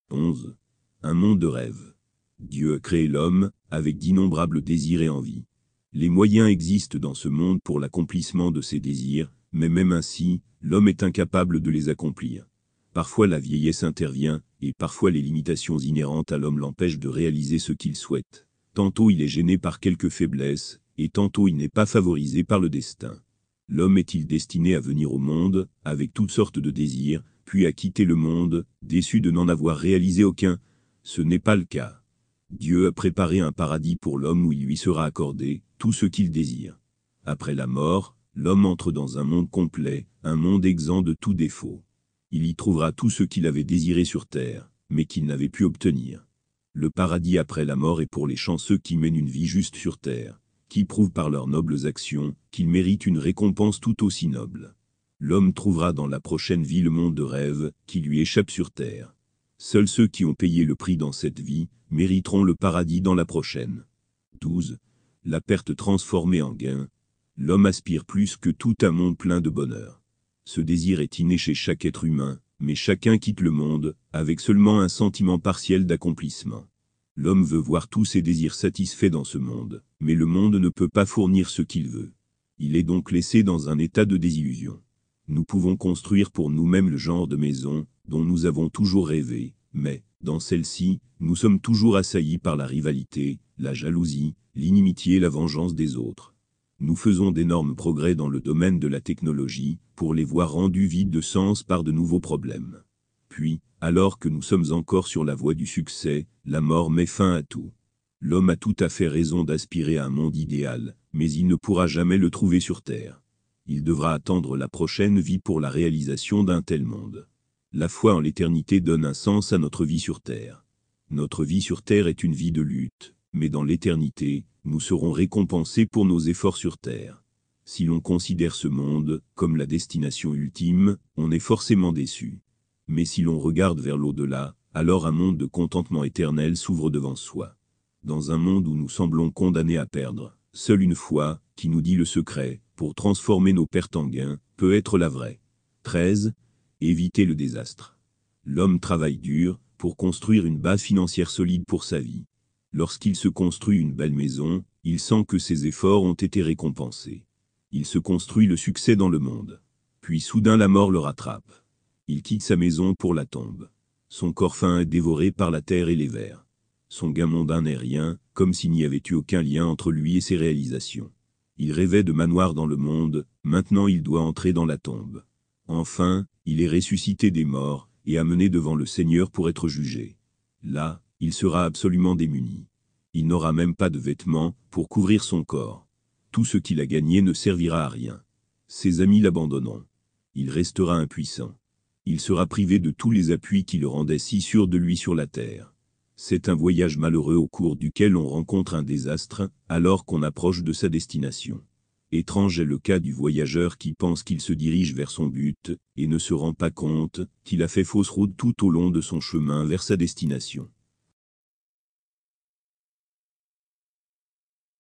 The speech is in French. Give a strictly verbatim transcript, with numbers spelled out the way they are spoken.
onze. Un monde de rêve. Dieu a créé l'homme, avec d'innombrables désirs et envies. Les moyens existent dans ce monde pour l'accomplissement de ces désirs, mais même ainsi, l'homme est incapable de les accomplir. Parfois la vieillesse intervient, et parfois les limitations inhérentes à l'homme l'empêchent de réaliser ce qu'il souhaite. Tantôt il est gêné par quelques faiblesses, et tantôt il n'est pas favorisé par le destin. L'homme est-il destiné à venir au monde, avec toutes sortes de désirs, puis à quitter le monde, déçu de n'en avoir réalisé aucun? Ce n'est pas le cas. Dieu a préparé un paradis pour l'homme où il lui sera accordé tout ce qu'il désire. Après la mort, l'homme entre dans un monde complet, un monde exempt de tout défaut. Il y trouvera tout ce qu'il avait désiré sur terre, mais qu'il n'avait pu obtenir. Le paradis après la mort est pour les chanceux qui mènent une vie juste sur terre, qui prouvent par leurs nobles actions qu'ils méritent une récompense tout aussi noble. L'homme trouvera dans la prochaine vie le monde de rêve qui lui échappe sur terre. Seuls ceux qui ont payé le prix dans cette vie mériteront le paradis dans la prochaine. douze. La perte transformée en gain. L'homme aspire plus que tout un monde plein de bonheur. Ce désir est inné chez chaque être humain, mais chacun quitte le monde avec seulement un sentiment partiel d'accomplissement. L'homme veut voir tous ses désirs satisfaits dans ce monde, mais le monde ne peut pas fournir ce qu'il veut. Il est donc laissé dans un état de désillusion. Nous pouvons construire pour nous-mêmes le genre de maison dont nous avons toujours rêvé, mais, dans celle-ci, nous sommes toujours assaillis par la rivalité, la jalousie, l'inimitié et la vengeance des autres. Nous faisons d'énormes progrès dans le domaine de la technologie, pour les voir rendus vides de sens par de nouveaux problèmes. Puis, alors que nous sommes encore sur la voie du succès, la mort met fin à tout. L'homme a tout à fait raison d'aspirer à un monde idéal, mais il ne pourra jamais le trouver sur Terre. Il devra attendre la prochaine vie pour la réalisation d'un tel monde. La foi en l'éternité donne un sens à notre vie sur Terre. Notre vie sur Terre est une vie de lutte, mais dans l'éternité, nous serons récompensés pour nos efforts sur Terre. Si l'on considère ce monde comme la destination ultime, on est forcément déçu. Mais si l'on regarde vers l'au-delà, alors un monde de contentement éternel s'ouvre devant soi. Dans un monde où nous semblons condamnés à perdre, seule une foi, qui nous dit le secret, pour transformer nos pertes en gains, peut être la vraie. treize. Éviter le désastre. L'homme travaille dur, pour construire une base financière solide pour sa vie. Lorsqu'il se construit une belle maison, il sent que ses efforts ont été récompensés. Il se construit le succès dans le monde. Puis soudain la mort le rattrape. Il quitte sa maison pour la tombe. Son corps fin est dévoré par la terre et les vers. Son gain mondain n'est rien, comme s'il n'y avait eu aucun lien entre lui et ses réalisations. Il rêvait de manoir dans le monde, maintenant il doit entrer dans la tombe. Enfin, il est ressuscité des morts, et amené devant le Seigneur pour être jugé. Là, il sera absolument démuni. Il n'aura même pas de vêtements pour couvrir son corps. Tout ce qu'il a gagné ne servira à rien. Ses amis l'abandonneront. Il restera impuissant. Il sera privé de tous les appuis qui le rendaient si sûr de lui sur la terre. C'est un voyage malheureux au cours duquel on rencontre un désastre, alors qu'on approche de sa destination. Étrange est le cas du voyageur qui pense qu'il se dirige vers son but, et ne se rend pas compte qu'il a fait fausse route tout au long de son chemin vers sa destination.